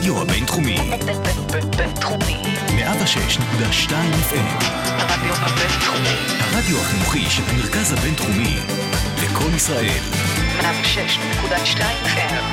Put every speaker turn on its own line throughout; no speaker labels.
הרדיו הבינתחומי.
בינתחומי.
106.2 FM.
הרדיו הבינתחומי.
הרדיו החינוכי של המרכז הבינתחומי. לכל ישראל.
106.2 FM.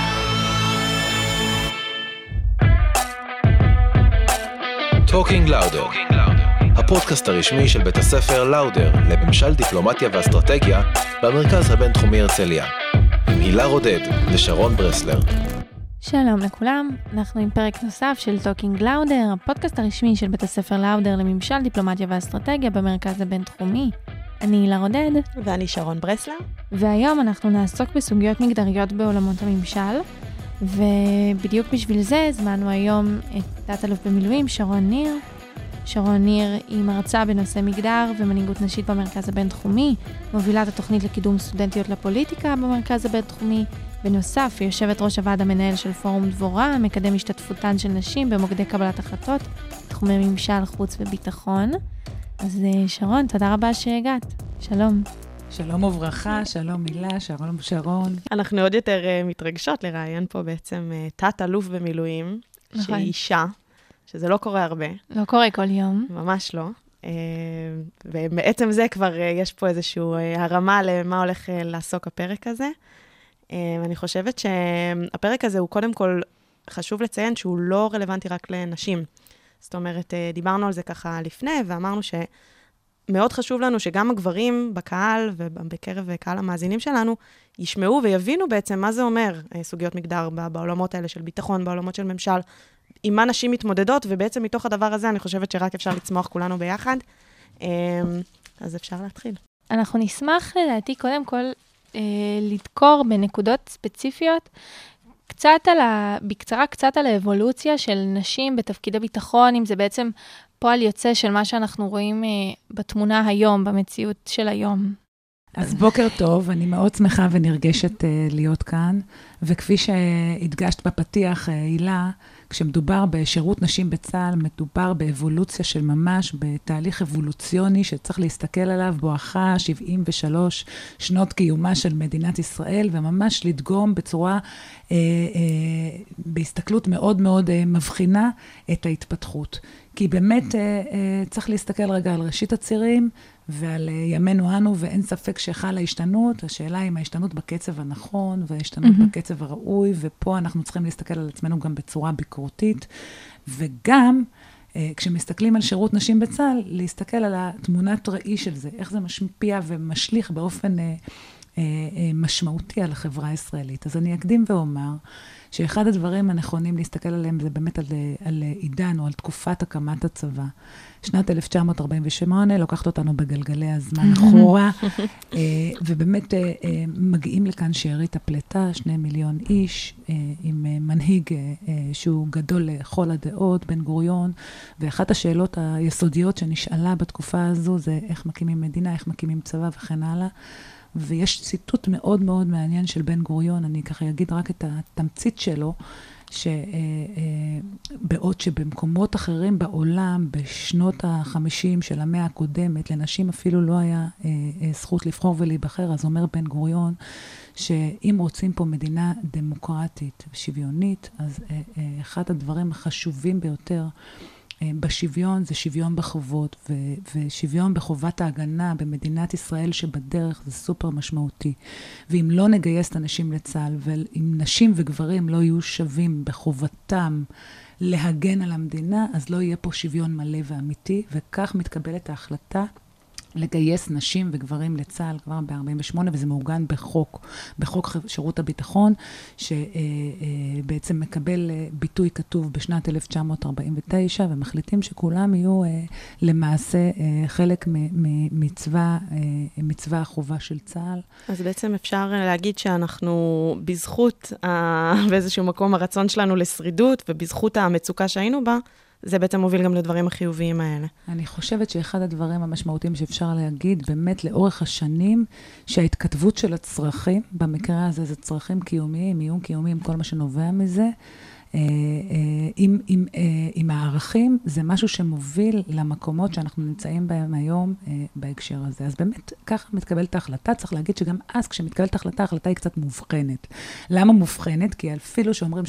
Talking Louder, הפודקאסט הרשמי של בית הספר לאודר לממשל דיפלומטיה ואסטרטגיה במרכז הבינתחומי הרצליה, עם הילה רודד ושרון ברסלר.
שלום לכולם, אנחנו עם פרק נוסף של Talking Louder, הפודקאסט הרשמי של בית הספר לאודר לממשל דיפלומטיה ואסטרטגיה במרכז הבינתחומי. אני הילה רודד.
ואני שרון ברסלר.
והיום אנחנו נעסוק בסוגיות מגדריות בעולמות הממשל, ובדיוק בשביל זה הזמנו היום את תת-אלוף במילואים שרון ניר. שרון ניר היא מרצה בנושא מגדר ומנהיגות נשית במרכז הבינתחומי, מובילת התוכנית לקידום סטודנטיות לפוליטיקה במרכז הבינתחומי, בנוסף היא יושבת ראש הוועד המנהל של פורום דבורה, מקדם השתתפותן של נשים במוקדי קבלת החלטות, תחומי ממשל, חוץ וביטחון. אז שרון, תודה רבה שהגעת. שלום.
שלום וברכה, שלום מילה, שלום שרון.
אנחנו עוד יותר מתרגשות לראיין פה בעצם תת-אלוף במילואים, שהיא אישה, שזה לא קורה הרבה.
לא קורה כל יום.
ממש לא. ובעצם זה כבר יש פה איזושהי הרמה למה הולך לעסוק הפרק הזה. ואני חושבת שהפרק הזה הוא קודם כל חשוב לציין שהוא לא רלוונטי רק לנשים. זאת אומרת, דיברנו על זה ככה לפני, ואמרנו שמאוד חשוב לנו שגם הגברים בקהל ובקרב קהל המאזינים שלנו ישמעו ויבינו בעצם מה זה אומר סוגיות מגדר בעולמות האלה של ביטחון, בעולמות של ממשל, עם מה נשים מתמודדות, ובעצם מתוך הדבר הזה אני חושבת שרק אפשר לצמוח כולנו ביחד. אז אפשר להתחיל.
אנחנו נשמח לדעתי קודם כל לדקור בנקודות ספציפיות, בקצרה קצת על האבולוציה של נשים בתפקידי ביטחון, אם זה בעצם פועל יוצא של מה שאנחנו רואים בתמונה היום, במציאות של היום.
אז בוקר טוב, אני מאוד שמחה ונרגשת להיות כאן, וכפי שהדגשת בפתיח, הילה, כשמדובר בשירות נשים בצה"ל, מדובר באבולוציה של ממש, בתהליך אבולוציוני שצריך להסתכל עליו בואכה 73 שנות קיומה של מדינת ישראל, וממש לדגום בצורה, בהסתכלות מאוד מאוד מבחינה את ההתפתחות. כי באמת צריך להסתכל רגע על ראשית הצירים, ועל ימינו אנו, ואין ספק שחלה השתנות. השאלה אם ההשתנות בקצב הנכון, וההשתנות בקצב הראוי, ופה אנחנו צריכים להסתכל על עצמנו גם בצורה ביקורתית, וגם כשמסתכלים על שירות נשים בצה"ל, להסתכל על התמונת ראי של זה, איך זה משפיע ומשליך באופן משמעותי על החברה הישראלית. אז אני אקדים ואומר, שאחד הדברים הנכונים להסתכל עליהם זה באמת על עידן או על תקופת הקמת הצבא. שנת 1948 לוקחת אותנו בגלגלי הזמן אחורה, ובאמת מגיעים לכאן שארית הפלטה, 2 מיליון איש, עם מנהיג שהוא גדול לכל הדעות, בן גוריון, ואחת השאלות היסודיות שנשאלה בתקופה הזו זה איך מקימים מדינה, איך מקימים צבא וכן הלאה. ויש ציטוט מאוד מאוד מעניין של בן גוריון, אני ככה אגיד רק את התמצית שלו, שבעוד שבמקומות אחרים בעולם, בשנות ה-50 של המאה הקודמת, לנשים אפילו לא היה זכות לבחור ולהיבחר, אז אומר בן גוריון, שאם רוצים פה מדינה דמוקרטית ושוויונית, אז אחד הדברים החשובים ביותר, בשוויון זה שוויון בחובות, ושוויון בחובת ההגנה במדינת ישראל שבדרך זה סופר משמעותי. ואם לא נגייס את הנשים לצה"ל, ואם נשים וגברים לא יהיו שווים בחובתם להגן על המדינה, אז לא יהיה פה שוויון מלא ואמיתי, וכך מתקבלת ההחלטה לגייס נשים וגברים לצה"ל כבר ב-48, וזה מעוגן בחוק שירות הביטחון, שבעצם מקבל ביטוי כתוב בשנת 1949, ומחליטים שכולם יהיו למעשה חלק מצבא החובה של צה"ל.
אז בעצם אפשר להגיד שאנחנו בזכות באיזשהו מקום הרצון שלנו לשרידות, ובזכות המצוקה שהיינו בה, זה בעצם מוביל גם לדברים החיוביים האלה.
אני חושבת שאחד הדברים המשמעותיים שאפשר להגיד, באמת לאורך השנים, שההתכתבות של הצרכים, במקרה הזה זה צרכים קיומיים, איום קיומיים, כל מה שנובע מזה, עם הערכים, זה משהו שמוביל למקומות שאנחנו נמצאים בהם היום בהקשר הזה. אז באמת, ככה מתקבלת ההחלטה. צריך להגיד שגם אז, כשמתקבלת ההחלטה, ההחלטה היא קצת מובחנת. למה מובחנת? כי אפילו שאומרים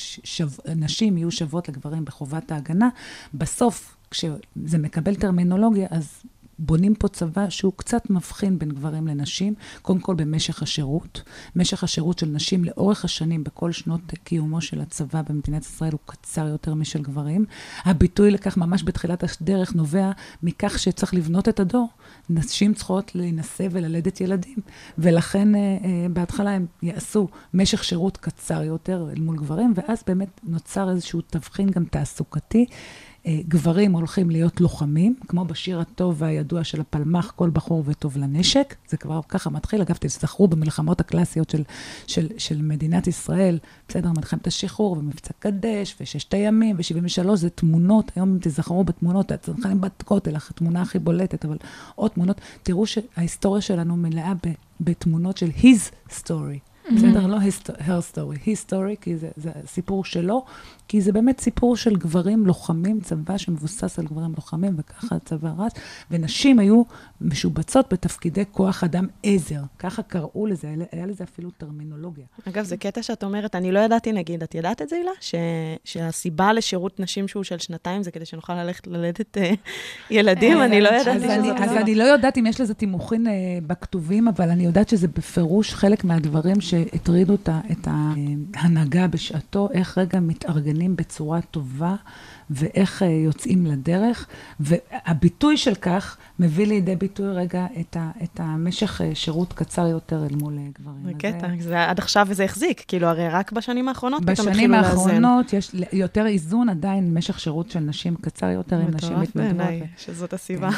שנשים יהיו שוות לגברים בחובת ההגנה, בסוף, כשזה מקבל טרמינולוגיה, אז בונים פה צבא שהוא קצת מבחין בין גברים לנשים, קודם כל במשך השירות. משך השירות של נשים לאורך השנים, בכל שנות קיומו של הצבא במדינת ישראל, הוא קצר יותר משל גברים. הביטוי לכך ממש בתחילת הדרך נובע מכך שצריך לבנות את הדור. נשים צריכות להינשא וללדת ילדים, ולכן בהתחלה הם יעשו משך שירות קצר יותר אל מול גברים, ואז באמת נוצר איזשהו תבחין גם תעסוקתי, גברים הולכים להיות לוחמים, כמו בשיר הטוב והידוע של הפלמח, כל בחור וטוב לנשק. זה כבר ככה מתחיל. אגב, תזכרו במלחמות הקלאסיות של מדינת ישראל, בסדר, מלחמת השחרור ומבצע קדש, וששת הימים ו73, זה תמונות. היום אם תזכרו בתמונות, הצנחנים בכותל, התמונה הכי בולטת, אבל עוד תמונות. תראו שההיסטוריה שלנו מלאה בתמונות של his story. בסדר, לא her story, his story, כי זה סיפור שלו, כי זה באמת סיפור של גברים לוחמים, צבא שמבוסס על גברים לוחמים, וככה הצבא רץ, ונשים היו משובצות בתפקידי כוח אדם עזר, ככה קראו לזה, היה לזה אפילו טרמינולוגיה.
אגב, זה קטע שאת אומרת, אני לא ידעתי, נגיד, את ידעת את זה, הילה? שהסיבה לשירות נשים שהוא של 2 זה כדי שנוכל ללכת ללדת ילדים, אני לא ידעתי שזאת הסיבה.
אז אני לא יודעת אם יש לזה תימוכין בכתובים, אבל אני יודעת שזה בפירוש חלק מהדברים שהטרידו את ההנהגה בשעתו, איך רגע מתארגנים בצורה טובה, ואיך יוצאים לדרך, והביטוי של כך מביא לידי ביטוי רגע את המשך שירות קצר יותר אל מול גברים.
זה קטע, עד עכשיו זה החזיק, כאילו הרי רק בשנים האחרונות פתאום התחילו
בשנים
לאזן.
האחרונות יש יותר איזון עדיין, משך שירות של נשים קצר יותר, עם נשים מתנדבות.
שזאת הסיבה.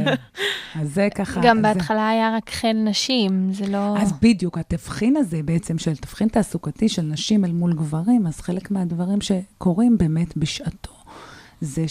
אז זה ככה.
גם בהתחלה היה רק חן נשים, זה לא...
אז בדיוק, התבחין הזה בעצם של תבחין תעסוקתי של נשים אל מול גברים, אז חלק מהדברים שקורים באמת בשעתו, זה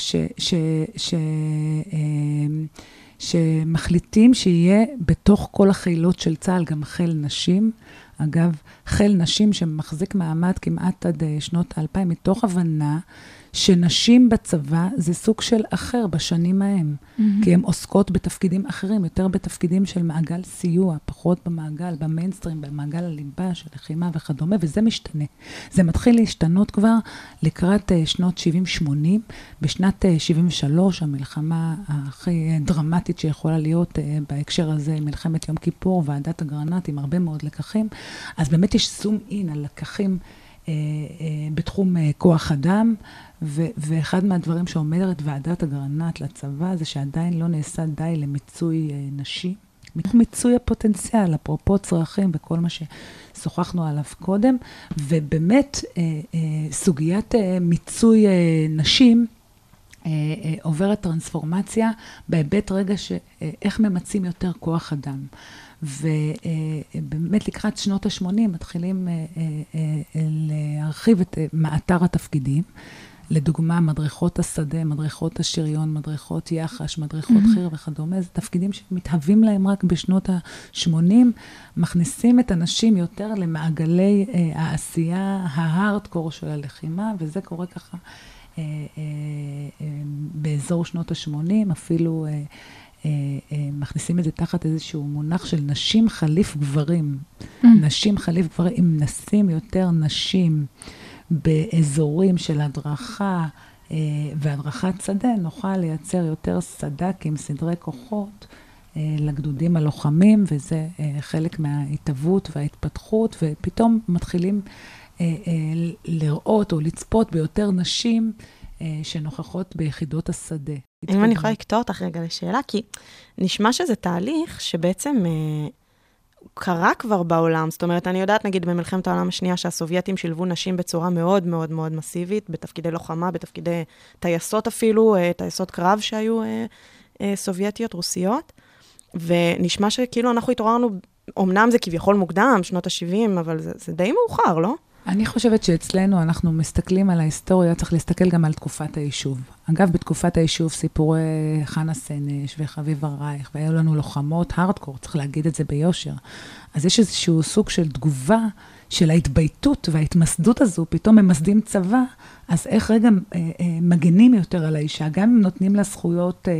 שמחליטים שיהיה בתוך כל החילות של צה"ל גם חיל נשים. אגב, חיל נשים שמחזיק מעמד כמעט עד שנות 2000, מתוך הבנה שנשים בצבא זה סוג של אחר בשנים ההם. כי הן עוסקות בתפקידים אחרים, יותר בתפקידים של מעגל סיוע, פחות במעגל, במיינסטרים, במעגל הליבה של לחימה וכדומה, וזה משתנה. זה מתחיל להשתנות כבר לקראת שנות 70-80, בשנת 73, המלחמה הכי דרמטית שיכולה להיות בהקשר הזה, מלחמת יום כיפור, ועדת אגרנט, עם הרבה מאוד לקחים, אז באמת יש זום אין על לקחים בתחום כוח אדם, ואחד מהדברים שאומרת ועדת אגרנט לצבא, זה שעדיין לא נעשה די למיצוי נשים, מיצוי הפוטנציאל, אפרופו צרכים וכל מה ששוחחנו עליו קודם, ובאמת סוגיית מיצוי נשים עוברת טרנספורמציה בהיבט רגע איך ממצים יותר כוח אדם. ובאמת לקראת שנות ה-80 מתחילים להרחיב את מאתר התפקידים, לדוגמה מדריכות השדה, מדריכות השריון, מדריכות יחש, מדריכות חיר וכדומה, זה תפקידים שמתהווים להם רק בשנות ה-80, מכניסים את הנשים יותר למעגלי העשייה, ההארדקור של הלחימה, וזה קורה ככה באזור שנות ה-80, אפילו מכניסים את זה תחת איזשהו מונח של נשים חליף גברים. נשים חליף גברים, אם נשים יותר נשים באזורים של הדרכה והדרכת שדה, נוכל לייצר יותר סד"כים, סדרי כוחות לגדודים הלוחמים, וזה חלק מההתהוות וההתפתחות, ופתאום מתחילים לראות או לצפות ביותר נשים שנוכחות ביחידות השדה.
אם אני יכולה לקטוע אותך רגע לשאלה, כי נשמע שזה תהליך שבעצם קרה כבר בעולם. זאת אומרת, אני יודעת, נגיד, במלחמת העולם השנייה, שהסובייטים שילבו נשים בצורה מאוד מאוד מאוד מסיבית, בתפקידי לוחמה, בתפקידי טייסות אפילו, טייסות קרב שהיו סובייטיות, רוסיות, ונשמע שכאילו אנחנו התעוררנו, אמנם זה כביכול מוקדם, שנות ה-70, אבל זה די מאוחר, לא?
אני חושבת שאצלנו אנחנו מסתכלים על ההיסטוריה, צריך להסתכל גם על תקופת היישוב. אגב, בתקופת היישוב סיפורי חנה סנש וחביבה רייך, והיו לנו לוחמות הארדקור, צריך להגיד את זה ביושר. אז יש איזשהו סוג של תגובה של ההתבייתות וההתמסדות הזו, פתאום ממסדים צבא, אז איך רגע מגנים יותר על האישה, גם אם נותנים לה זכויות,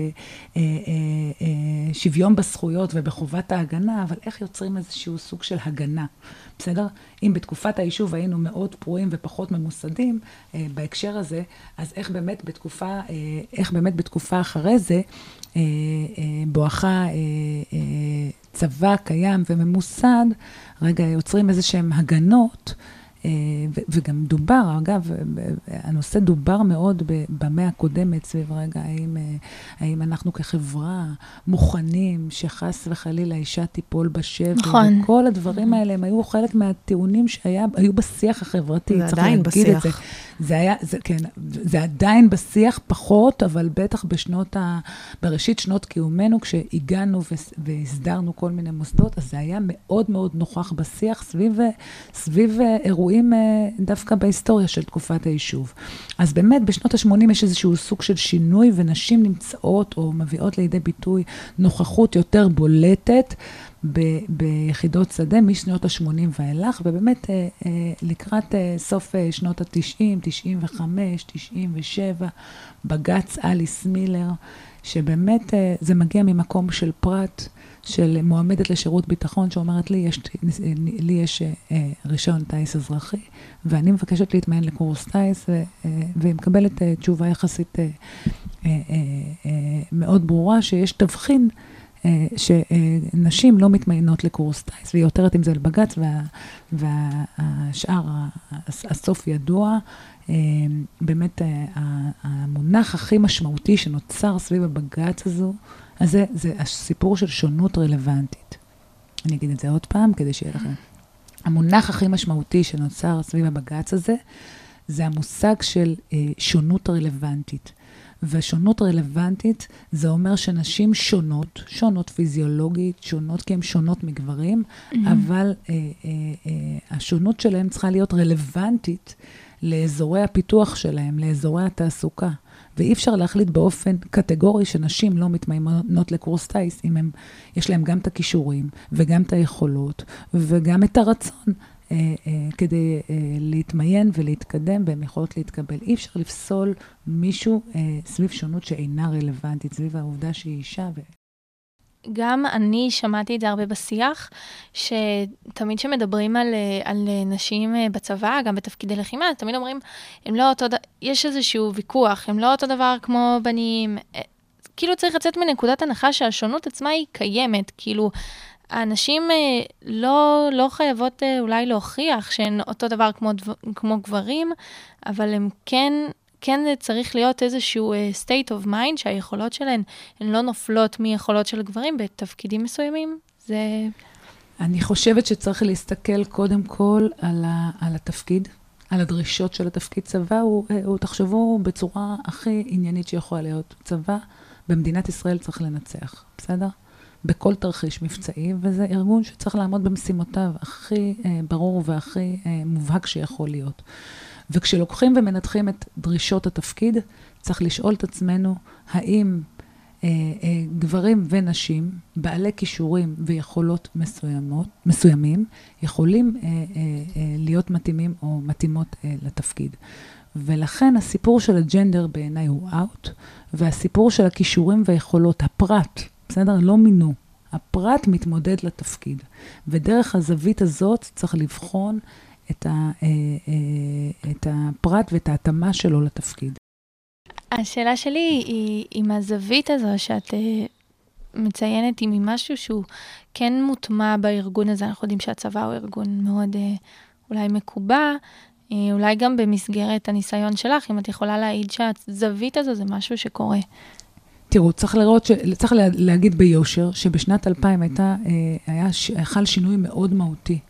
שוויון בזכויות ובחובת ההגנה, אבל איך יוצרים איזשהו סוג של הגנה, בסדר? אם בתקופת היישוב היינו מאוד פרועים ופחות ממוסדים בהקשר הזה, אז איך באמת בתקופה אחרי זה, בואכה צבא קיים וממוסד, רגע יוצרים איזה שהם הגנות, וגם דובר, אגב, הנושא דובר מאוד במאה הקודמת, סביב רגע, האם אנחנו כחברה מוכנים שחס וחלילה אישה תיפול בשבי,
נכון.
וכל הדברים האלה, הם היו חלק מהטיעונים שהיו בשיח החברתי,
זה עדיין בשיח.
זה עדיין בשיח פחות, אבל בטח בראשית שנות קיומנו, כשהגענו והסדרנו כל מיני מוסדות, אז זה היה מאוד מאוד נוכח בשיח סביב אירועים דווקא בהיסטוריה של תקופת היישוב. אז באמת בשנות ה-80 יש איזשהו סוג של שינוי, ונשים נמצאות או מביאות לידי ביטוי נוכחות יותר בולטת ביחידות שדה משנות ה-80 ואילך, ובאמת לקראת סוף שנות ה-90, 95, 97, בג"ץ אליס מילר, שבאמת זה מגיע ממקום של פרט, של מועמדת לשירות ביטחון, שאומרת לי יש רישיון טייס אזרחי, ואני מבקשת להתמיין לקורס טייס, והיא מקבלת תשובה יחסית מאוד ברורה, שיש תבחין שנשים לא מתמיינות לקורס טייס, והיא יותרת עם זה לבג"ץ, והשאר, הסוף ידוע. באמת המונח הכי משמעותי שנוצר סביב הבג"ץ הזו, אז זה הסיפור של שונות רלוונטית. אני אגיד את זה עוד פעם, כדי שיהיה לכם. המונח הכי משמעותי שנוצר סביב הבג"ץ הזה, זה המושג של שונות רלוונטית. והשונות רלוונטית, זה אומר שנשים שונות פיזיולוגית, שונות כי הן שונות מגברים, אבל השונות שלהן צריכה להיות רלוונטית לאזורי הפיתוח שלהם, לאזורי התעסוקה. ואי אפשר להחליט באופן קטגורי שנשים לא מתמיינות לקורס טייס, אם יש להם גם את הכישורים, וגם את היכולות, וגם את הרצון, כדי להתמיין ולהתקדם, והם יכולות להתקבל. אי אפשר לפסול מישהו סביב שונות שאינה רלוונטית, סביב העובדה שהיא אישה.
גם אני שמעתי את זה הרבה בשיח, שתמיד שמדברים על נשים בצבא, גם בתפקידי לחימה, תמיד אומרים, יש איזשהו ויכוח, הם לא אותו דבר כמו בנים, כאילו צריך לצאת מנקודת הנחה שהשונות עצמה היא קיימת, כאילו האנשים לא חייבות אולי להוכיח שהן אותו דבר כמו גברים, אבל הם כן צריך להיות איזשהו state of mind, שהיכולות שלהן הן לא נופלות מיכולות של גברים בתפקידים מסוימים.
אני חושבת שצריך להסתכל קודם כל על התפקיד, על הדרישות של התפקיד. צבא תחשבו בצורה הכי עניינית שיכולה להיות. צבא במדינת ישראל צריך לנצח, בסדר? בכל תרחיש מבצעי, וזה ארגון שצריך לעמוד במשימותיו הכי ברור והכי מובהק שיכול להיות. וכשלוקחים ומנתחים את דרישות התפקיד, צריך לשאול את עצמנו, האם גברים ונשים, בעלי כישורים ויכולות מסוימים, יכולים להיות מתאימים או מתאימות לתפקיד. ולכן הסיפור של הג'נדר בעיניי הוא out, והסיפור של הכישורים והיכולות, הפרט, בסדר? לא מינו. הפרט מתמודד לתפקיד. ודרך הזווית הזאת צריך לבחון את הפרט ואת ההתאמה שלו לתפקיד.
השאלה שלי היא עם הזווית הזו שאת מציינת, היא ממשהו שהוא כן מוטמע בארגון הזה. אנחנו יודעים שהצבא הוא ארגון מאוד אולי מקובע, אולי גם במסגרת הניסיון שלך, אם את יכולה להעיד שהזווית הזו זה משהו שקורה.
תראו, צריך להגיד ביושר שבשנת 2000 חל שינוי מאוד מהותי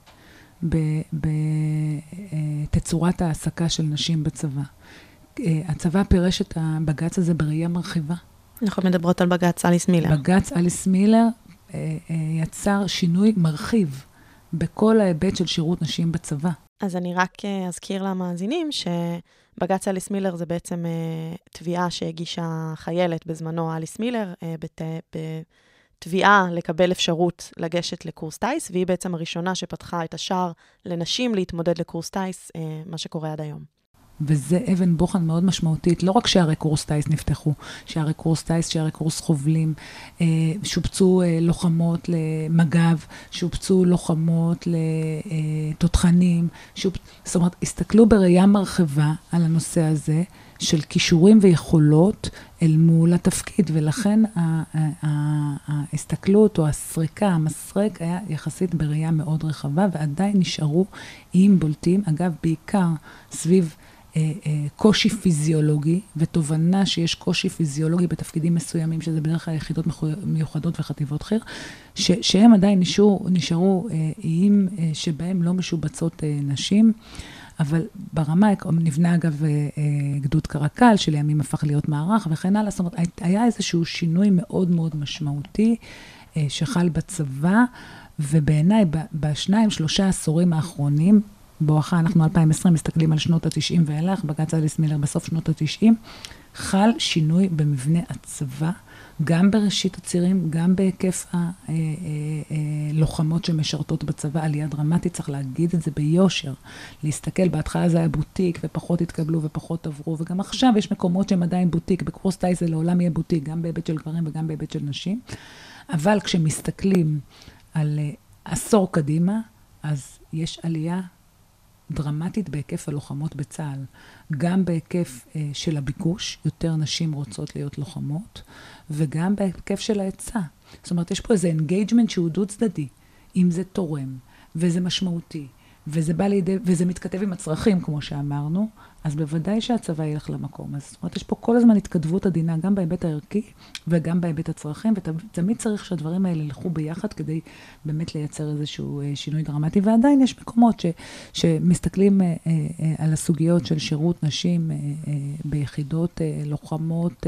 בתצורת העסקה של נשים בצבא. הצבא פירש את הבג"ץ הזה בראייה מרחיבה.
אנחנו מדברות על בג"ץ אליס מילר.
בג"ץ אליס מילר יצר שינוי מרחיב בכל ההיבט של שירות נשים בצבא.
אז אני רק אזכיר למאזינים שבג"ץ אליס מילר זה בעצם תביעה שהגישה חיילת בזמנו אליס מילר תביעה לקבל אפשרות לגשת לקורס טייס, והיא בעצם הראשונה שפתחה את השער לנשים להתמודד לקורס טייס, מה שקורה עד היום.
וזה אבן בוחן מאוד משמעותית, לא רק שערי קורס טייס נפתחו, שערי קורס טייס, שערי קורס חובלים, שופצו לוחמות למג"ב, שופצו לוחמות לתותחנים, זאת אומרת, הסתכלו בראייה מרחבה על הנושא הזה, של כישורים ויכולות אל מול התפקיד, ולכן ההסתכלות או הסריקה, המסרק היה יחסית בראייה מאוד רחבה, ועדיין נשארו איים בולטים, אגב, בעיקר סביב קושי פיזיולוגי, ותובנה שיש קושי פיזיולוגי בתפקידים מסוימים, שזה בדרך כלל יחידות מיוחדות וחטיבות חי"ר, שהם עדיין נשארו איים שבהם לא משובצות נשים, אבל ברמה, נבנה אגב גדוד קרקל, שלימים הפך להיות מערך וכן הלאה, זאת אומרת, היה איזשהו שינוי מאוד מאוד משמעותי שחל בצבא, ובעיניי ב2-3 העשורים האחרונים, בואכה אנחנו 2020 מסתכלים על שנות ה-90 ואילך, בג"ץ אליס מילר בסוף שנות ה-90, חל שינוי במבנה הצבא, גם בראשית הצירים, גם בהיקף הלוחמות שמשרתות בצבא, עלייה דרמטית, צריך להגיד את זה ביושר, להסתכל, בהתחלה זה היה בוטיק, ופחות התקבלו ופחות עברו, וגם עכשיו יש מקומות שהם עדיין בוטיק, בקורס טייס זה לעולם יהיה בוטיק, גם בהיבט של גברים וגם בהיבט של נשים, אבל כשמסתכלים על עשור קדימה, אז יש עלייה דרמטית בהיקף הלוחמות בצה"ל, גם בהיקף של הביקוש, יותר נשים רוצות להיות לוחמות, וגם בהיקף של ההיצע. זאת אומרת, יש פה איזה אינגייג'מנט שהוא דו צדדי, אם זה תורם, וזה משמעותי, וזה מתכתב עם הצרכים, כמו שאמרנו, אז בוודאי שהצבא ילך למקום. אז זאת אומרת, יש פה כל הזמן התכתבות עדינה, גם בהיבט הערכי, וגם בהיבט הצרכים, ותמיד צריך שהדברים האלה ילכו ביחד, כדי באמת לייצר איזשהו שינוי דרמטי, ועדיין יש מקומות שמסתכלים על הסוגיות של שירות נשים ביחידות לוחמות,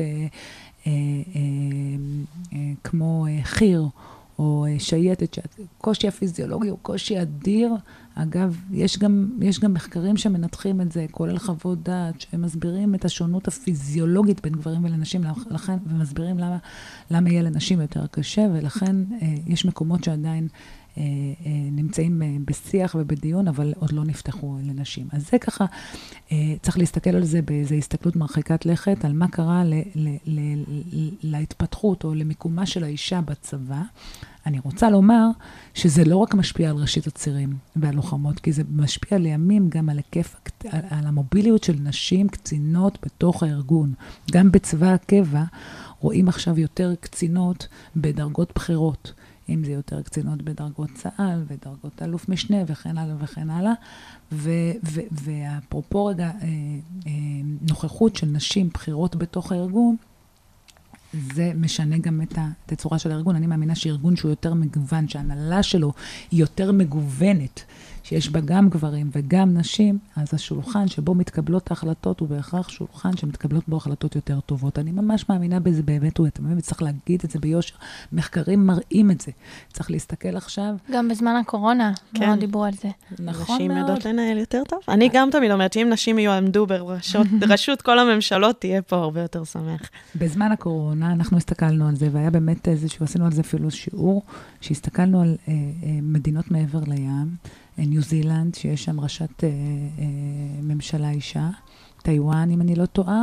כמו חי"ר, או שייטת, שהקושי הפיזיולוגי הוא קושי אדיר. אגב, יש גם מחקרים שמנתחים את זה, כולל חוות דעת, שמסבירים את השונות הפיזיולוגית בין גברים ולנשים, ומסבירים למה יהיה לנשים יותר קשה, ולכן יש מקומות שעדיין נמצאים בשיח ובדיון, אבל עוד לא נפתחו לנשים. אז זה ככה, צריך להסתכל על זה באיזו הסתכלות מרחיקת לכת, על מה קרה להתפתחות או למיקומה של האישה בצבא. אני רוצה לומר שזה לא רק משפיע על ראשית הצירים והלוחמות, כי זה משפיע לימים גם על היקף, על המוביליות של נשים קצינות בתוך הארגון. גם בצבא הקבע רואים עכשיו יותר קצינות בדרגות בחירות. אם זה יותר קצינות בדרגות צה"ל ודרגות אלוף משנה וכן הלאה וכן הלאה. ואפרופו רגע, נוכחות של נשים בחירות בתוך הארגון, זה משנה גם את הצורה של הארגון. אני מאמינה שארגון שהוא יותר מגוון, שההנהלה שלו היא יותר מגוונת, שיש בה גם גברים וגם נשים, אז השולחן שבו מתקבלות ההחלטות הוא בהכרח שולחן שמתקבלות בו החלטות יותר טובות. אני ממש מאמינה בזה באמת ובתמים, וצריך להגיד את זה ביושר. מחקרים מראים את זה. צריך להסתכל עכשיו. גם
בזמן הקורונה, מאוד דיברו על זה.
נכון מאוד. נשים יודעות לנהל יותר טוב. אני גם תמיד אומרת שאם נשים יועמדו בראשות כל הממשלות, תהיה פה הרבה יותר שמח.
בזמן הקורונה אנחנו הסתכלנו על זה, והיה באמת איזשהו, עשינו על זה אפילו שיעור, שהסתכלנו על מדינות מעבר לים, ניו זילנד, שיש שם ראשת ממשלה אישה, טיואן, אם אני לא טועה,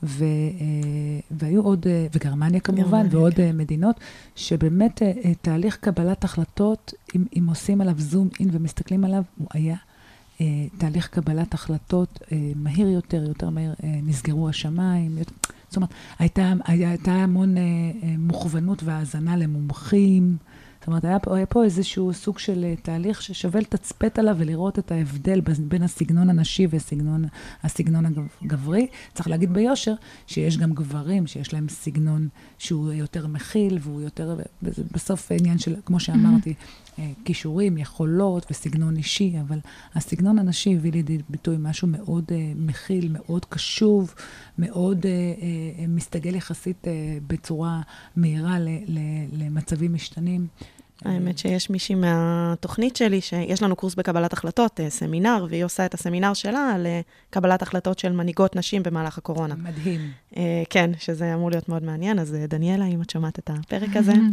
והיו עוד, וגרמניה כמובן, ועוד מדינות, שבאמת תהליך קבלת החלטות, אם עושים עליו זום אין ומסתכלים עליו, הוא היה תהליך קבלת החלטות מהיר יותר מהיר, נסגרו השמיים, זאת אומרת, הייתה המון מוכוונות והאזנה למומחים, זאת אומרת, היה פה איזשהו סוג של תהליך ששווה לתצפת עליו ולראות את ההבדל בין הסגנון הנשי והסגנון הגברי. צריך להגיד ביושר שיש גם גברים שיש להם סגנון שהוא יותר מכיל, והוא יותר, בסוף עניין של, כמו שאמרתי, כישורים, יכולות וסגנון אישי, אבל הסגנון הנשי הביא לידי ביטוי משהו מאוד מכיל, מאוד קשוב, מאוד מסתגל יחסית בצורה מהירה למצבים משתנים.
האמת שיש מישהי מהתוכנית שלי, שיש לנו קורס בקבלת החלטות, סמינר, והיא עושה את הסמינר שלה על קבלת החלטות של מנהיגות נשים במהלך הקורונה.
מדהים.
כן, שזה אמור להיות מאוד מעניין, אז דניאלה, אם את שומעת את הפרק הזה,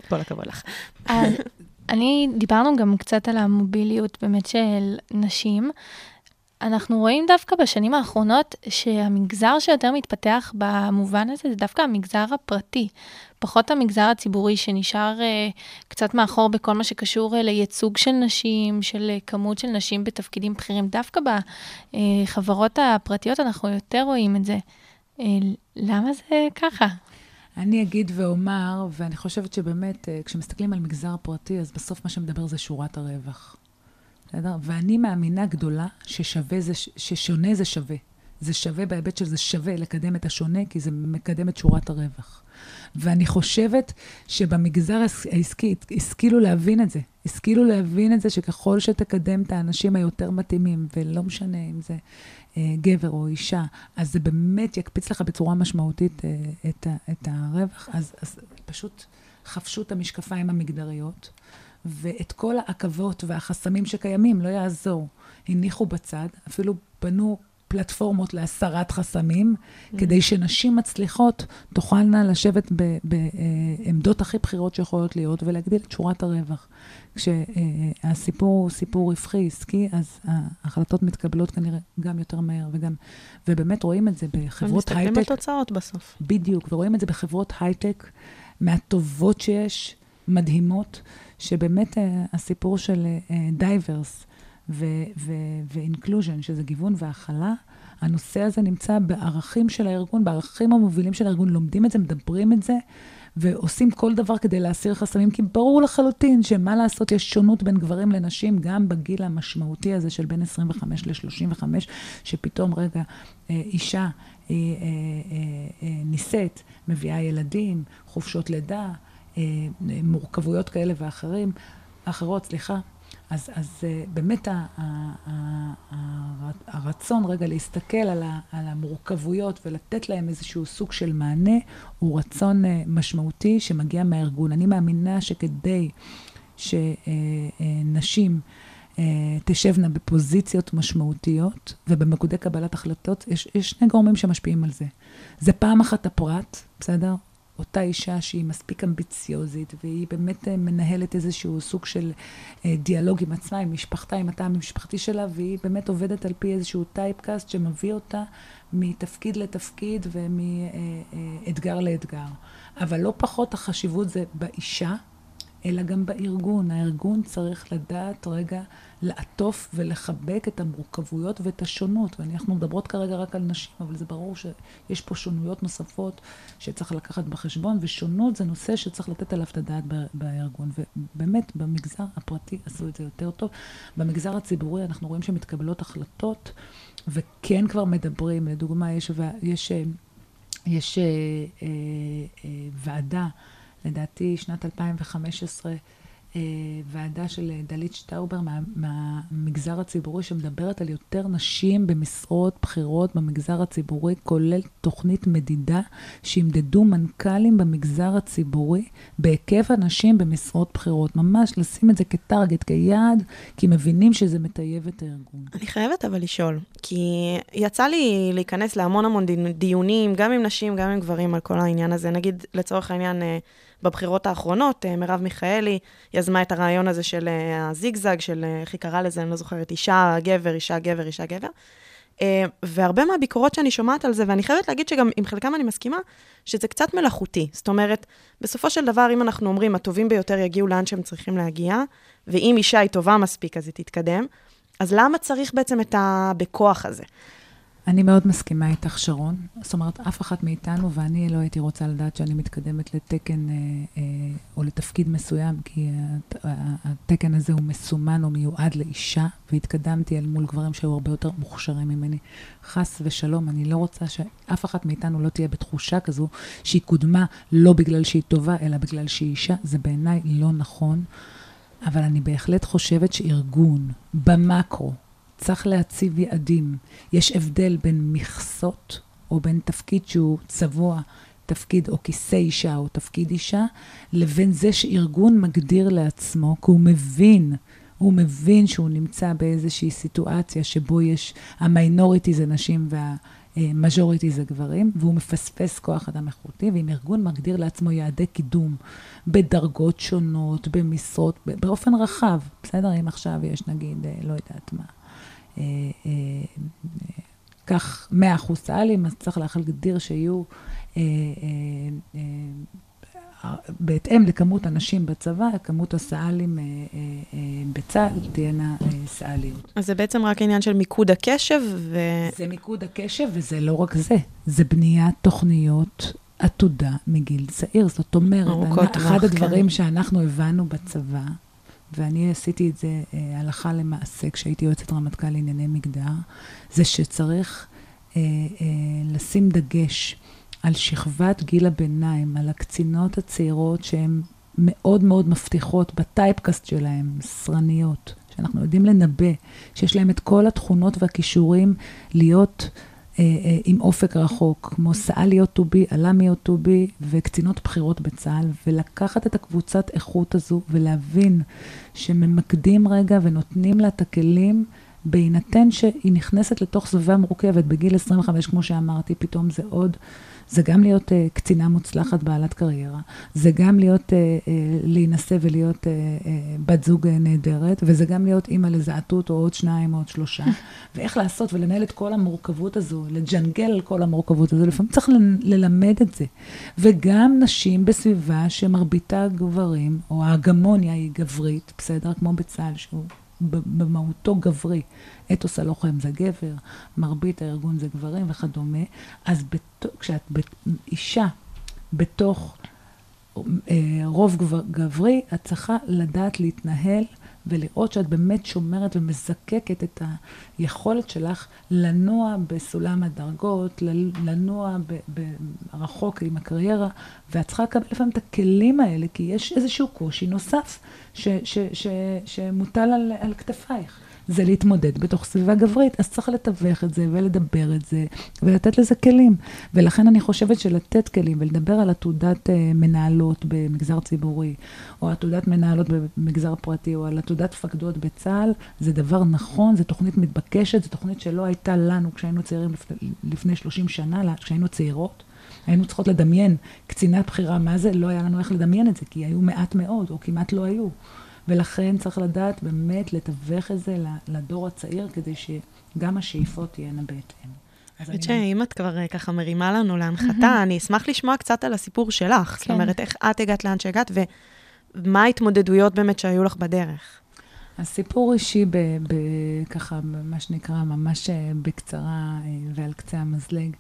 כל הכבוד לך.
דיברנו גם קצת על המוביליות באמת של נשים. אנחנו רואים דווקא בשנים האחרונות שהמגזר שיותר מתפתח במובן הזה זה דווקא המגזר הפרטי, פחות המגזר הציבורי שנשאר קצת מאחור בכל מה שקשור לייצוג של נשים, של כמות של נשים בתפקידים בכירים. דווקא בחברות הפרטיות אנחנו יותר רואים את זה. למה זה ככה?
אני אגיד ואומר, ואני חושבת שבאמת כשמסתכלים על מגזר פרטי, אז בסוף מה שמדבר זה שורת הרווח. ואני מאמינה גדולה ששונה זה שווה. זה שווה בהיבט של זה שווה לקדם את השונה, כי זה מקדם את שורת הרווח. ואני חושבת שבמגזר העסקי השכילו להבין את זה. השכילו להבין את זה שככל שתקדם את האנשים היותר מתאימים, ולא משנה אם זה גבר או אישה, אז זה באמת יקפיץ לך בצורה משמעותית את הרווח. אז פשוט חפשו את המשקפיים המגדריות, ואת כל העכבות והחסמים שקיימים לא יעזור. הניחו בצד, אפילו בנו פלטפורמות להסרת חסמים, כדי שנשים מצליחות תוכלנה לשבת בעמדות הכי בחירות שיכולות להיות, ולהגדיל את שורת הרווח. כשהסיפור הוא סיפור רווחי עסקי, אז ההחלטות מתקבלות כנראה גם יותר מהר, ובאמת רואים את זה בחברות הייטק.
ומסתכלים בתוצאות בסוף.
בדיוק, ורואים את זה בחברות הייטק, מהטובות שיש, מדהימות, שבאמת הסיפור של דייברס ו-inclusion, שזה גיוון והכלה, הנושא הזה נמצא בערכים של הארגון, בערכים המובילים של הארגון, לומדים את זה, מדברים את זה, ועושים כל דבר כדי להסיר חסמים, כי ברור לחלוטין שמה לעשות, יש שונות בין גברים לנשים, גם בגיל המשמעותי הזה של בין 25 ל-35, שפתאום רגע אישה ניסית, מביאה ילדים, חופשות לידה, מורכבויות כאלה אחרות, סליחה. אז באמת הרצון רגע להסתכל על המורכבויות ולתת להם איזשהו סוג של מענה, הוא רצון משמעותי שמגיע מהארגון. אני מאמינה שכדי שנשים תשבנה בפוזיציות משמעותיות ובמקודי קבלת החלטות, יש שני גורמים שמשפיעים על זה. זה פעם אחת הפרט, בסדר? אותה אישה שהיא מספיק אמביציוזית, והיא באמת מנהלת איזשהו סוג של דיאלוג עם עצמה, עם משפחתה, עם הטעם המשפחתי שלה, והיא באמת עובדת על פי איזשהו טייפקאסט שמביא אותה מתפקיד לתפקיד ומאתגר לאתגר. אבל לא פחות החשיבות זה באישה, אלא גם בארגון. הארגון צריך לדעת רגע לעטוף ולחבק את המורכבויות ואת השונות. ואנחנו מדברות כרגע רק על נשים, אבל זה ברור שיש פה שונויות נוספות שצריך לקחת בחשבון, ושונות זה נושא שצריך לתת עליו את הדעת בארגון. ובאמת, במגזר הפרטי עשו את זה יותר טוב. במגזר הציבורי אנחנו רואים שמתקבלות החלטות, וכן כבר מדברים. לדוגמה, יש ועדה, לדעתי שנת 2015, ועדה של דלית שטאובר מהמגזר הציבורי, שמדברת על יותר נשים במשרות בחירות במגזר הציבורי, כולל תוכנית מדידה שימדדו מנכ"לים במגזר הציבורי בהיקף הנשים במשרות בחירות. ממש לשים את זה כטרגט, כיעד, כי מבינים שזה מטייב את הארגון.
אני חייבת אבל לשאול, כי יצא לי להיכנס להמון דיונים, גם עם נשים, גם עם גברים, על כל העניין הזה. נגיד, לצורך העניין, בבחירות האחרונות, מרב מיכאלי יזמה את הרעיון הזה של הזיגזג, של איך היא קראה לזה, אני לא זוכרת, אישה, גבר, אישה, גבר, אישה, גבר. והרבה מהביקורות שאני שומעת על זה, ואני חייבת להגיד שגם עם חלקם אני מסכימה, שזה קצת מלאכותי. זאת אומרת, בסופו של דבר, אם אנחנו אומרים, הטובים ביותר יגיעו לאן שהם צריכים להגיע, ואם אישה היא טובה מספיק, אז היא תתקדם, אז למה צריך בעצם את בכוח הזה?
אני מאוד מסכימה איתך, שרון. זאת אומרת, אף אחת מאיתנו, ואני לא הייתי רוצה לדעת שאני מתקדמת לתקן או לתפקיד מסוים, כי התקן הזה הוא מסומן או מיועד לאישה, והתקדמתי אל מול גברים שהיו הרבה יותר מוכשרים ממני. חס ושלום, אני לא רוצה שאף אחת מאיתנו לא תהיה בתחושה כזו, שהיא קודמה לא בגלל שהיא טובה, אלא בגלל שהיא אישה. זה בעיניי לא נכון, אבל אני בהחלט חושבת שארגון במקרו, צריך להציב יעדים. יש הבדל בין מכסות, או בין תפקיד שהוא צבוע, תפקיד או כיסא אישה, או תפקיד אישה, לבין זה שארגון מגדיר לעצמו, כי הוא מבין שהוא נמצא באיזושהי סיטואציה, שבו יש, המיינוריטי זה נשים, מז'וריטי זה גברים, והוא מפספס כוח אדם איכותי, ואם ארגון מגדיר לעצמו יעדי קידום בדרגות שונות, במשרות, באופן רחב, בסדר? אם עכשיו יש נגיד, לא יודעת מה, כך 100% סאלים, אז צריך להגדיר שיהיו בהתאם לכמות אנשים בצבא, כמות הסאלים בצה"ל תהיינה סאליות.
אז זה בעצם רק עניין של מיקוד הקשב
זה מיקוד הקשב, וזה לא רק זה. זה בניית תוכניות עתודה מגיל צעיר. זאת אומרת, אחד הדברים שאנחנו הבנו בצבא, ואני עשיתי את זה הלכה למעשה, כשהייתי יועצת רמטכ"ל לענייני מגדר, זה שצריך לשים דגש על שכבת גיל הביניים, על הקצינות הצעירות שהן מאוד מאוד מבטיחות בטייפקאסט שלהן, סרניות, שאנחנו יודעים לנבא, שיש להן את כל התכונות והכישורים להיות עם אופק רחוק, כמו סאליות טובי, אלמיות טובי וקצינות בחירות בצה"ל, ולקחת את הקבוצת איכות הזו ולהבין שממקדים רגע ונותנים לה את הכלים, בהינתן שהיא נכנסת לתוך סביבה מורכבת בגיל 25, כמו שאמרתי, פתאום זה עוד, זה גם להיות קצינה מוצלחת בעלת קריירה, זה גם להיות להינשא ולהיות בת זוג נהדרת, וזה גם להיות אימא לזעתות או עוד 2 או עוד 3, ואיך לעשות ולנהל את כל המורכבות הזו, לג'נגל על כל המורכבות הזו, לפעמים צריך ללמד את זה. וגם נשים בסביבה שמרביתה גברים, או ההגמוניה היא גברית, בסדר, כמו בצה"ל שהוא במהותו גברי, אתוס הלוחם זה גבר, מרבית הארגון זה גברים וכדומה, אז כשאת אישה בתוך רוב גברי, את צריכה לדעת להתנהל ולראות שאת באמת שומרת ומזקקת את היכולת שלך לנוע בסולם הדרגות, לנוע רחוק עם הקריירה, ואת צריכה לקבל לפעמים את הכלים האלה, כי יש איזשהו קושי נוסף שמוטל על כתפייך. זה להתמודד בתוך סביבה גברית, אז צריך לתווך את זה ולדבר את זה, ולתת לזה כלים. ולכן אני חושבת שלתת כלים ולדבר על עתודת מנהלות במגזר ציבורי, או עתודת מנהלות במגזר פרטי, או על עתודת פקדות בצה"ל, זה דבר נכון, זה תוכנית מתבקשת, זו תוכנית שלא הייתה לנו כשהיינו צעירים לפני 30 שנה, כשהיינו צעירות. היינו צריכות לדמיין קצינת בחירה, מה זה? לא היה לנו איך לדמיין את זה, כי היו מעט מאוד, או כמעט לא היו. ולכן צריך לדעת באמת לתווך את זה לדור הצעיר, כדי שגם השאיפות תהיינה בהתאם.
חושבת שאם את כבר ככה מרימה לנו להנחתה, אני אשמח לשמוע קצת על הסיפור שלך. זאת אומרת, איך את הגעת לאן שהגעת, ומה ההתמודדויות באמת שהיו לך בדרך?
הסיפור אישי ככה, מה שנקרא, ממש בקצרה ועל קצה המזלג.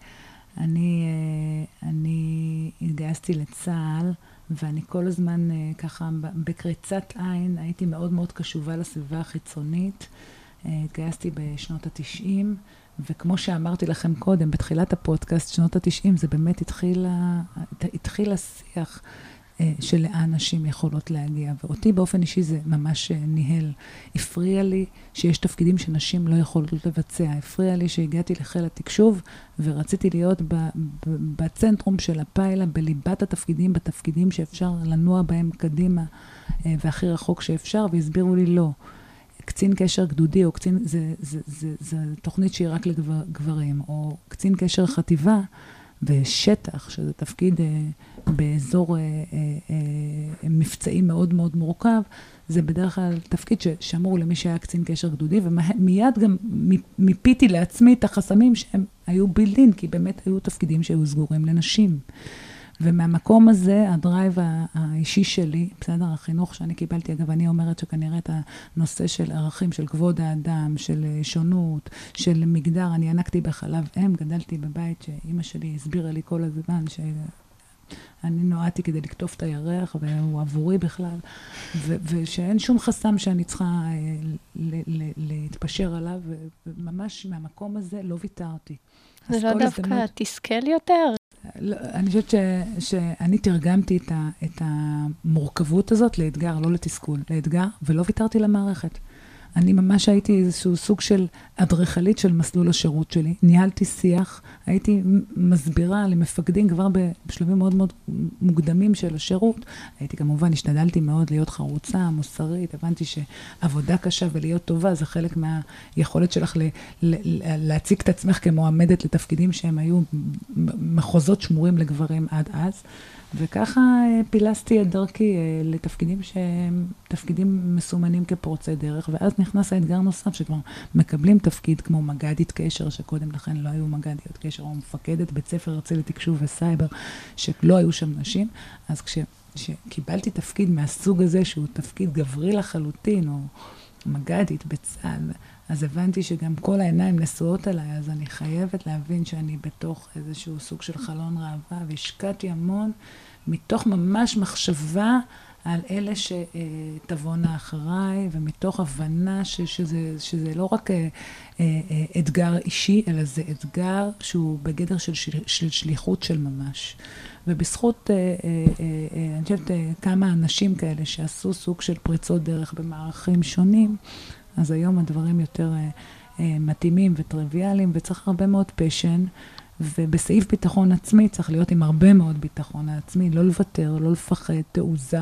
אני התגייסתי לצה"ל, ואני כל הזמן ככה בקריצת עין הייתי מאוד מאוד קשובה לסביבה החיצונית. התגייסתי בשנות ה-90, וכמו שאמרתי לכם קודם, בתחילת הפודקאסט, שנות ה-90, זה באמת התחיל השיח שלאן נשים יכולות להגיע. ואותי באופן אישי זה ממש ניהל. הפריע לי שיש תפקידים שנשים לא יכולות לבצע. הפריע לי שהגעתי לחיל התקשוב, ורציתי להיות בצנטרום של הפיילה, בליבת התפקידים, בתפקידים שאפשר לנוע בהם קדימה, והכי רחוק שאפשר, והסבירו לי לא. קצין קשר גדודי, או קצין, זה תוכנית שהיא רק לגברים, או קצין קשר חטיבה, ושטח, שזה תפקיד באזור מבצעי מאוד מאוד מורכב, זה בדרך כלל תפקיד ששמור למי שהיה קצין קשר גדודי, ומיד גם מיפיתי לעצמי את החסמים שהם היו בילדין, כי באמת היו תפקידים שהיו סגורים לנשים. ומהמקום הזה, הדרייב האישי שלי, בסדר, החינוך שאני קיבלתי, אגב, אני אומרת שכנראה את הנושא של ערכים, של כבוד האדם, של שונות, של מגדר, אני ענקתי בחלב אם, גדלתי בבית שאמא שלי הסבירה לי כל הזמן שאני נועדתי כדי לקטוף את הירח, והוא עבורי בכלל, ושאין שום חסם שאני צריכה להתפשר עליו, וממש מהמקום הזה לא ויתרתי.
זה לא דווקא תסכל יותר?
אני חושבת שאני תרגמתי את המורכבות הזאת לאתגר, לא לתסכול, לאתגר, ולא ויתרתי למערכת. אני ממש הייתי איזשהו סוג של אדריכלית של מסלול השירות שלי. ניהלתי שיח, הייתי מסבירה למפקדים כבר בשלבים מאוד מאוד מוקדמים של השירות. הייתי כמובן, השתדלתי מאוד להיות חרוצה, מוסרית, הבנתי שעבודה קשה ולהיות טובה, זה חלק מהיכולת שלך להציג את עצמך כמועמדת לתפקידים שהם היו מחוזות שמורים לגברים עד אז. וככה פילסתי את דרכי לתפקידים שהם תפקידים מסומנים כפורצי דרך, ואז נכנס האתגר נוסף שכבר מקבלים תפקיד כמו מג"דית קשר, שקודם לכן לא היו מג"דיות קשר, או מפקדת בית ספר ארצי לתקשוב וסייבר, שלא היו שם נשים. אז כשקיבלתי תפקיד מהסוג הזה, שהוא תפקיד גברי לחלוטין, או מג"דית בצה"ל, אז הבנתי שגם כל העיניים נשואות עליי, אז אני חייבת להבין שאני בתוך איזשהו סוג של חלון ראווה, והשקעתי המון מתוך ממש מחשבה על אלה שתבואנה אחריי, ומתוך הבנה שזה לא רק אתגר אישי, אלא זה אתגר שהוא בגדר של שליחות של ממש. ובזכות, אני חושבת, כמה אנשים כאלה שעשו סוג של פריצות דרך במערכים שונים, אז היום הדברים יותר מתאימים וטריוויאליים, וצריך הרבה מאוד פשן, ובסעיף ביטחון עצמי צריך להיות עם הרבה מאוד ביטחון עצמי, לא לוותר, לא לפחד, תעוזה.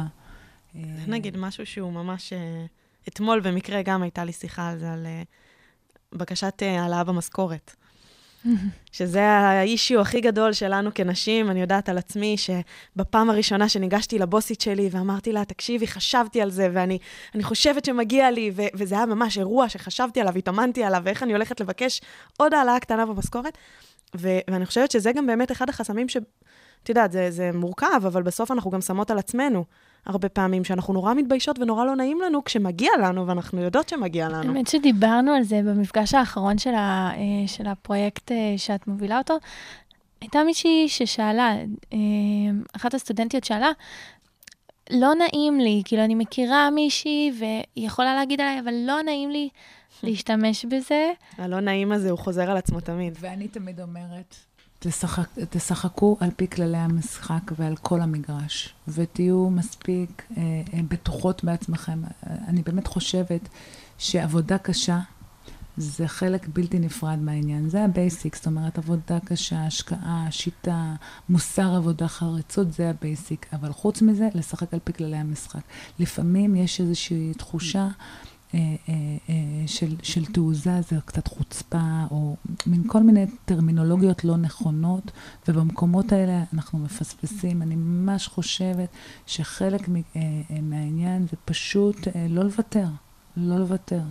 נגיד משהו שהוא ממש, אתמול במקרה גם הייתה לי שיחה על זה, על בקשת העלאה במשכורת. שזה האישיו הכי גדול שלנו כנשים. אני יודעת על עצמי שבפעם הראשונה שניגשתי לבוסית שלי ואמרתי לה, תקשיבי, חשבתי על זה, ואני חושבת שמגיע לי, וזה היה ממש אירוע שחשבתי עליו, התאמנתי עליו, ואיך אני הולכת לבקש עוד העלאה קטנה במשכורת. ואני חושבת שזה גם באמת אחד החסמים את יודעת, זה מורכב, אבל בסוף אנחנו גם שמות על עצמנו הרבה פעמים, שאנחנו נורא מתביישות ונורא לא נעים לנו כשמגיע לנו, ואנחנו יודעות שמגיע לנו.
באמת שדיברנו על זה במפגש האחרון של הפרויקט שאת מובילה אותו, הייתה מישהי ששאלה, אחת הסטודנטיות שאלה, לא נעים לי, כאילו אני מכירה מישהי, והיא יכולה להגיד עליי, אבל לא נעים לי להשתמש בזה.
הלא נעים הזה, הוא חוזר על עצמו תמיד.
ואני תמיד אומרת, תשחקו על פי כללי המשחק ועל כל המגרש, ותהיו מספיק בטוחות בעצמכם. אני באמת חושבת שעבודה קשה זה חלק בלתי נפרד מהעניין. זה הבייסיק, זאת אומרת, עבודה קשה, השקעה, שיטה, מוסר עבודה, חריצות, זה הבייסיק. אבל חוץ מזה, לשחק על פי כללי המשחק. לפעמים יש איזושהי תחושה של תעוזה, זה קצת חוצפה, או מן כל מיני טרמינולוגיות לא נכונות, ובמקומות האלה אנחנו מפספסים. אני ממש חושבת שחלק מהעניין זה פשוט לא לוותר, לא לוותר.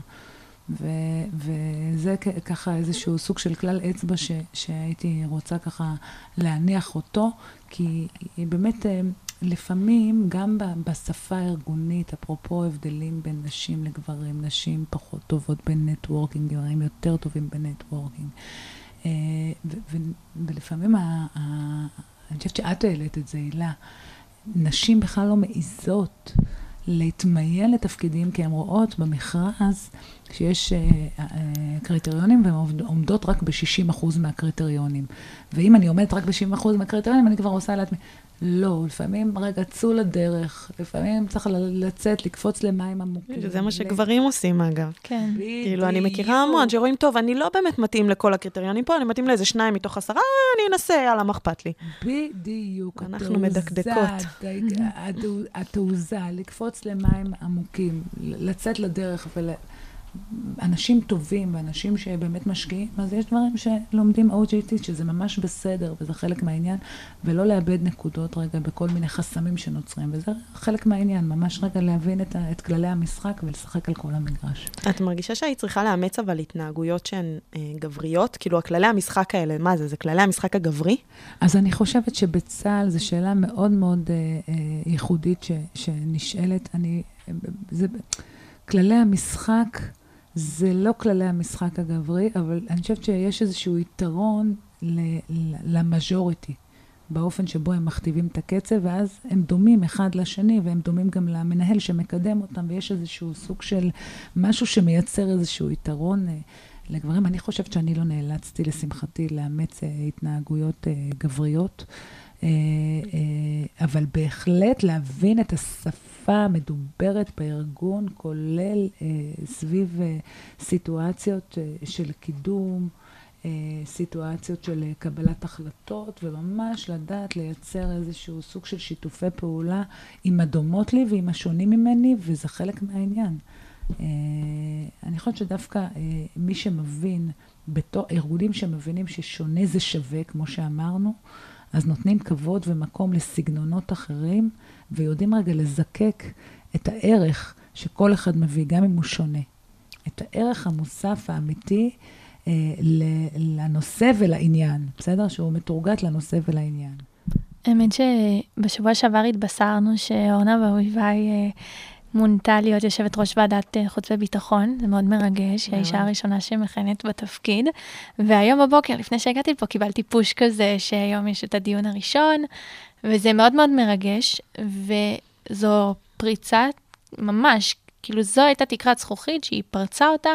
וזה ככה איזשהו סוג של כלל אצבע שהייתי רוצה ככה להניח אותו, כי באמת לפעמים גם בשפה הארגונית, אפרופו הבדלים בין נשים לגברים, נשים פחות טובות בנטוורקינג, גברים יותר טובים בנטוורקינג. ולפעמים, אני חושבת שאת העלית את זה, הילה, נשים בכלל לא מעיזות להתמיין לתפקידים, כי הן רואות במכרז שיש קריטריונים, והן עומדות רק ב-60% מהקריטריונים. ואם אני עומדת רק ב-60% מהקריטריונים, אני כבר עושה לעצמי, לא, לפעמים רגע צאו לדרך, לפעמים צריך לצאת, לקפוץ למים עמוקים.
זה מה שגברים עושים, אגב.
כן.
כאילו, אני מכירה המון שרואים, טוב, אני לא באמת מתאים לכל הקריטריונים פה, אני מתאים לאיזה 2 מתוך 10, אני אנסה, יאללה, מה אכפת לי.
בדיוק.
אנחנו מדקדקות.
התעוזה, לקפוץ למים עמוקים, לצאת לדרך אנשים טובים ואנשים שבאמת משקיעים, אז יש דברים שלומדים OJT, שזה ממש בסדר, וזה חלק מהעניין, ולא לאבד נקודות רגע בכל מיני חסמים שנוצרים, וזה חלק מהעניין, ממש רגע להבין את כללי המשחק ולשחק על כל המגרש.
את מרגישה שהיא צריכה לאמץ אבל התנהגויות שהן גבריות? כאילו, הכללי המשחק האלה, מה זה? זה כללי המשחק הגברי?
אז אני חושבת שבצה"ל זו שאלה מאוד מאוד ייחודית שנשאלת. כללי המשחק זה לא כללי המשחק הגברי, אבל אני חושבת שיש איזשהו יתרון למז'וריטי, באופן שבו הם מכתיבים את הקצב, ואז הם דומים אחד לשני, והם דומים גם למנהל שמקדם אותם, ויש איזשהו סוג של משהו שמייצר איזשהו יתרון לגברים. אני חושבת שאני לא נאלצתי, לשמחתי, לאמץ התנהגויות גבריות. אבל בהחלט להבין את השפה המדוברת בארגון, כולל סביב סיטואציות של קידום, סיטואציות של קבלת החלטות, וממש לדעת לייצר איזשהו סוג של שיתופי פעולה עם הדומות לי ועם השונים ממני, וזה חלק מהעניין. אני חושבת שדווקא מי שמבין, ארגונים שמבינים ששונה זה שווה, כמו שאמרנו, אז נותנים כבוד ומקום לסגנונות אחרים, ויודעים רגע לזקק את הערך שכל אחד מביא, גם אם הוא שונה. את הערך המוסף האמיתי לנושא ולעניין, בסדר? שהוא מתורגת לנושא ולעניין.
האמת שבשבוע שעבר התבשרנו שאורנה ברביבאי מונתה להיות יושבת ראש ועדת חוץ וביטחון, זה מאוד מרגש, היא האישה הראשונה שמכהנת בתפקיד, והיום בבוקר, לפני שהגעתי לפה, קיבלתי פוש כזה, שהיום יש את הדיון הראשון, וזה מאוד מאוד מרגש, וזו פריצה ממש, כאילו זו הייתה תקרת זכוכית שהיא פרצה אותה,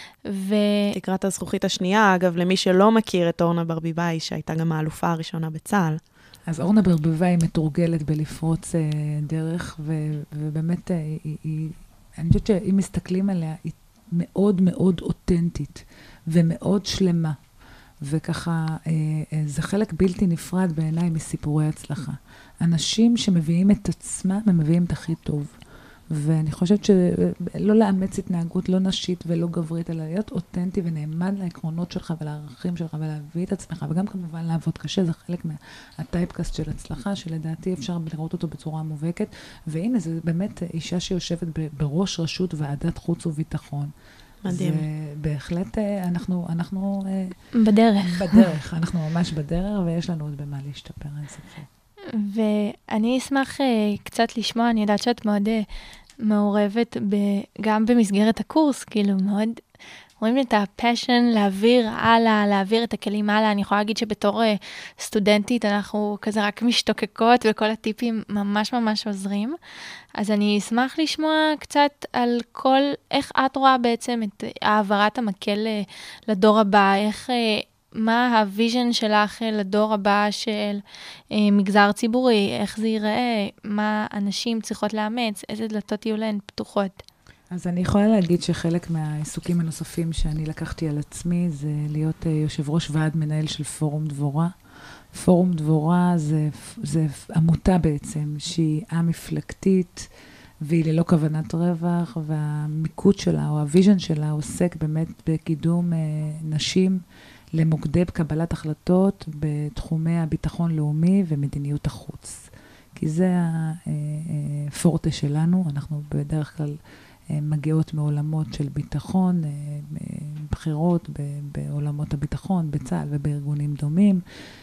תקרת הזכוכית השנייה, אגב, למי שלא מכיר את אורנה ברביבאי, שהייתה גם האלופה הראשונה בצה"ל.
אז אורנה ברביבאי מתורגלת בלפרוץ דרך, ובאמת, אני חושבת שאם מסתכלים עליה, היא מאוד מאוד אותנטית, ומאוד שלמה, וככה, זה חלק בלתי נפרד בעיניי מסיפורי הצלחה. אנשים שמביאים את עצמם, הם מביאים את הכי טוב. ואני חושבת שלא לאמץ התנהגות לא נשית ולא גברית, אלא להיות אותנטי ונאמן לעקרונות שלך ולערכים שלך ולהביא את עצמך, וגם כמובן לעבוד קשה, זה חלק מהטייפקאסט של הצלחה, שלדעתי אפשר לראות אותו בצורה מובהקת, והנה, זה באמת אישה שיושבת בראש רשות ועדת חוץ וביטחון.
מדהים.
בהחלט אנחנו
בדרך.
אנחנו ממש בדרך, ויש לנו עוד במה להשתפר, אין ספק.
ואני אשמח קצת לשמוע, אני יודעת שאת מאוד מעורבת גם במסגרת הקורס, כאילו מאוד רואים את הפשן להעביר הלאה, להעביר את הכלים הלאה. אני יכולה להגיד שבתור סטודנטית אנחנו כזה רק משתוקקות, וכל הטיפים ממש ממש עוזרים. אז אני אשמח לשמוע קצת על איך את רואה בעצם את העברת המקל לדור הבא, מה הוויז'ן שלך לדור הבא של מגזר ציבורי, איך זה ייראה, מה אנשים צריכות לאמץ, איזה דלתות יהיו להן פתוחות.
אז אני יכולה להגיד שחלק מהעיסוקים הנוספים שאני לקחתי על עצמי, זה להיות יושב ראש ועד מנהל של פורום דבורה. פורום דבורה זה עמותה בעצם, שהיא המפלגתית, והיא ללא כוונת רווח, והמיקוד שלה או הוויז'ן שלה עוסק באמת בקידום נשים, למוקדי קבלת החלטות בתחומי הביטחון לאומי ומדיניות החוץ. כי זה הפורטה שלנו, אנחנו בדרך כלל מגיעות מעולמות של ביטחון, בחירות בעולמות הביטחון, בצה"ל ובארגונים דומים,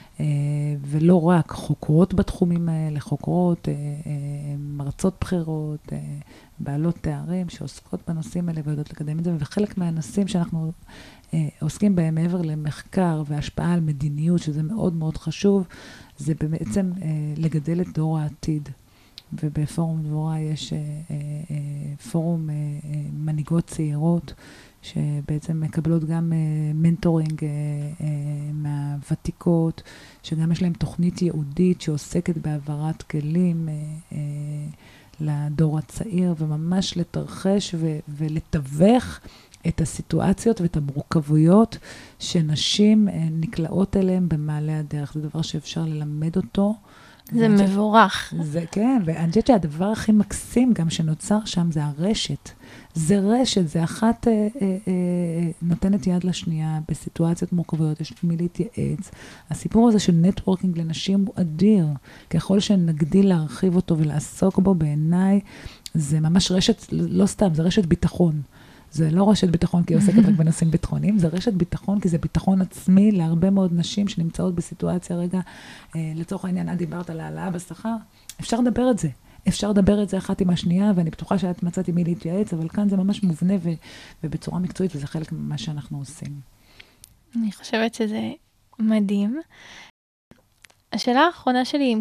ולא רק חוקרות בתחומים האלה, חוקרות, מרצות בחירות, בעלות תארים שעוסקות בנושאים האלה ויודעות לקדם את זה, וחלק מהנושאים שאנחנו עוסקים בהם מעבר למחקר והשפעה על מדיניות, שזה מאוד מאוד חשוב, זה בעצם לגדל את דור העתיד. ובפורום דבורה יש פורום מנהיגות צעירות, שבעצם מקבלות גם מנטורינג מהוותיקות, שגם יש להם תוכנית ייעודית שעוסקת בהעברת כלים לדור הצעיר, וממש לתרחש ולתווך את הסיטואציות ואת המורכבויות שנשים נקלעות אליהם במעלה הדרך. זה דבר שאפשר ללמד אותו.
זה מבורך.
זה כן, ואני חושבת שהדבר הכי מקסים גם שנוצר שם זה הרשת. זה רשת, זה אחת נותנת יד לשנייה בסיטואציות מורכבות, יש מי להתייעץ. הסיפור הזה של נטוורקינג לנשים הוא אדיר. ככל שנגדיל להרחיב אותו ולעסוק בו בעיניי, זה ממש רשת, לא סתם, זה רשת ביטחון. זה לא רשת ביטחון כי היא עוסקת רק בנושאים ביטחוניים, זה רשת ביטחון כי זה ביטחון עצמי להרבה מאוד נשים שנמצאות בסיטואציה רגע, לצורך העניין, את דיברת על העלאה בשכר, אפשר לדבר את זה. אפשר לדבר את זה אחת עם השנייה, ואני בטוחה שאת מצאת עם מי להתייעץ, אבל כאן זה ממש מובנה ובצורה מקצועית, וזה חלק ממה שאנחנו עושים.
אני חושבת שזה מדהים. השאלה האחרונה שלי,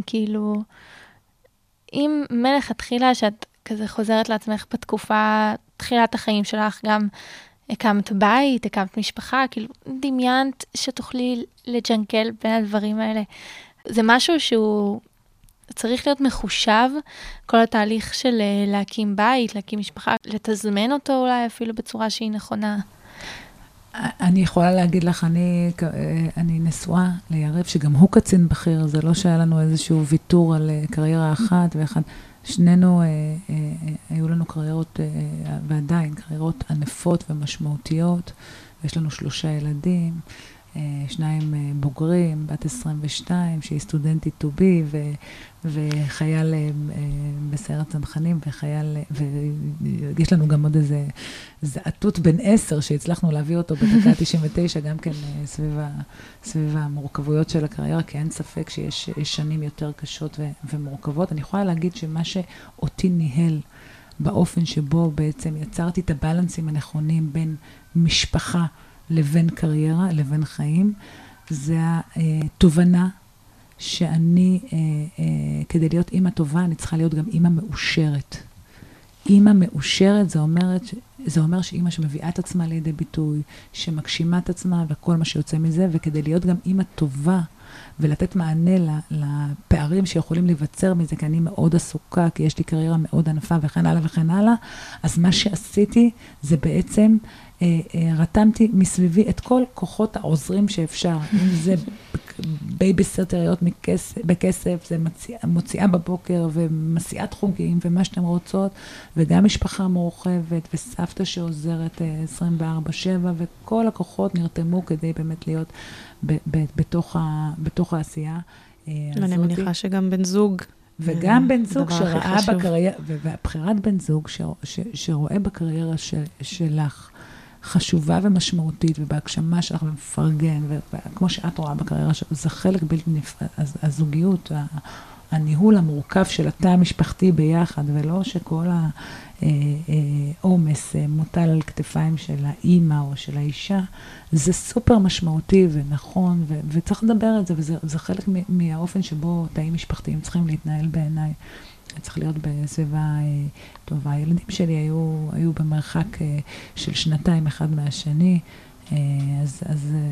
אם מלך התחילה שאת כזה חוזרת לעצמך בתקופה, תחילת החיים שלך, גם הקמת בית, הקמת משפחה, דמיינת שתוכלי לג'נקל בין הדברים האלה. זה משהו שהוא צריך להיות מחושב, כל התהליך של להקים בית, להקים משפחה, לתזמן אותו אולי אפילו בצורה שהיא נכונה.
אני יכולה להגיד לך, אני נשואה ליריב, שגם הוא קצין בכיר, זה לא שהיה לנו איזשהו ויתור על קריירה אחת ואחד. שנינו, היו לנו קריירות, ועדיין קריירות ענפות ומשמעותיות, ויש לנו 3 ילדים, 2 בוגרים, בת 22, שהיא סטודנטית טובי, וחייל בסיירת צנחנים, ויש לנו גם עוד איזה זעתות בן 10, שהצלחנו להביא אותו בדקה 99, גם כן סביב המורכבויות של הקריירה, כי אין ספק שיש שנים יותר קשות ומורכבות. אני יכולה להגיד שמה שאותי ניהל, באופן שבו בעצם יצרתי את הבלנסים הנכונים בין משפחה, לבין קריירה, לבין חיים, זה התובנה שאני, כדי להיות אימא טובה, אני צריכה להיות גם אימא מאושרת. אימא מאושרת, זה אומר שאימא שמביאה את עצמה לידי ביטוי, שמגשימה את עצמה וכל מה שיוצא מזה, וכדי להיות גם אימא טובה, ולתת מענה לפערים שיכולים להיווצר מזה, כי אני מאוד עסוקה, כי יש לי קריירה מאוד ענפה וכן הלאה וכן הלאה, אז מה שעשיתי זה בעצם, רתמתי מסביבי את כל כוחות העוזרים שאפשר. אם זה בייביסטריות בכסף, זה מוציאה בבוקר ומסיעת חוגים ומה שאתם רוצות, וגם משפחה מורחבת וסבתא שעוזרת 24/7, וכל הכוחות נרתמו כדי באמת להיות בתוך העשייה.
אני מניחה שגם בן זוג.
וגם בן זוג שראה בקריירה, ובחירת בן זוג שרואה בקריירה שלך, חשובה ומשמעותית, ובהגשמה שלך ומפרגן, וכמו שאת רואה בקריירה שלך, זה חלק בלתי נפרד, הזוגיות, הניהול המורכב של התא המשפחתי ביחד, ולא שכל העומס מוטל על כתפיים של האימא או של האישה, זה סופר משמעותי ונכון, וצריך לדבר על זה, וזה חלק מהאופן שבו תאים משפחתיים צריכים להתנהל בעיניי. צריך להיות בסביבה טובה. הילדים שלי היו במרחק של 2 אחד מהשני, אז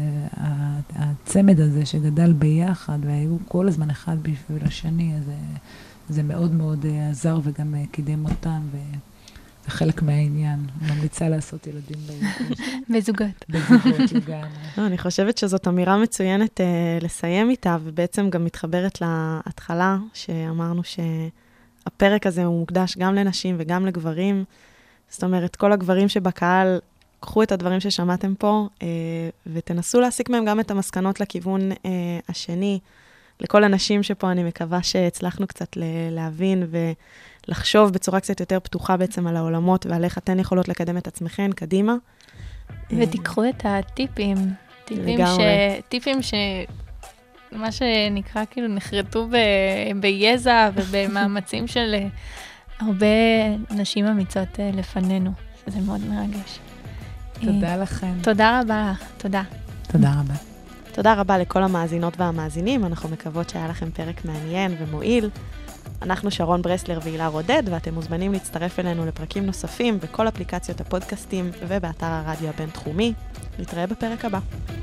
הצמד הזה שגדל ביחד, והיו כל הזמן אחד בשביל השני, אז זה מאוד מאוד עזר וגם קידם אותם, וחלק מהעניין. ממליצה לעשות ילדים
בזוגות.
בזוגות לגמרי.
אני חושבת שזאת אמירה מצוינת לסיים איתה, ובעצם גם מתחברת להתחלה, שאמרנו הפרק הזה הוא מוקדש גם לנשים וגם לגברים. זאת אומרת, כל הגברים שבקהל, קחו את הדברים ששמעתם פה, ותנסו להסיק מהם גם את המסקנות לכיוון השני. לכל הנשים שפה אני מקווה שהצלחנו קצת להבין ולחשוב בצורה קצת יותר פתוחה בעצם על העולמות, ועל איך אתן יכולות לקדם את עצמכן קדימה.
ותיקחו את הטיפים. טיפים מה שנקרא כאילו נחרטו ביזע ובמאמצים של הרבה נשים אמיצות לפנינו. זה מאוד מרגש.
תודה לכם.
תודה רבה לך. תודה.
תודה רבה.
תודה רבה לכל המאזינות והמאזינים. אנחנו מקוות שהיה לכם פרק מעניין ומועיל. אנחנו שרון ברסלר והילה רודד, ואתם מוזמנים להצטרף אלינו לפרקים נוספים בכל אפליקציות הפודקאסטים ובאתר הרדיו הבינתחומי. נתראה בפרק הבא.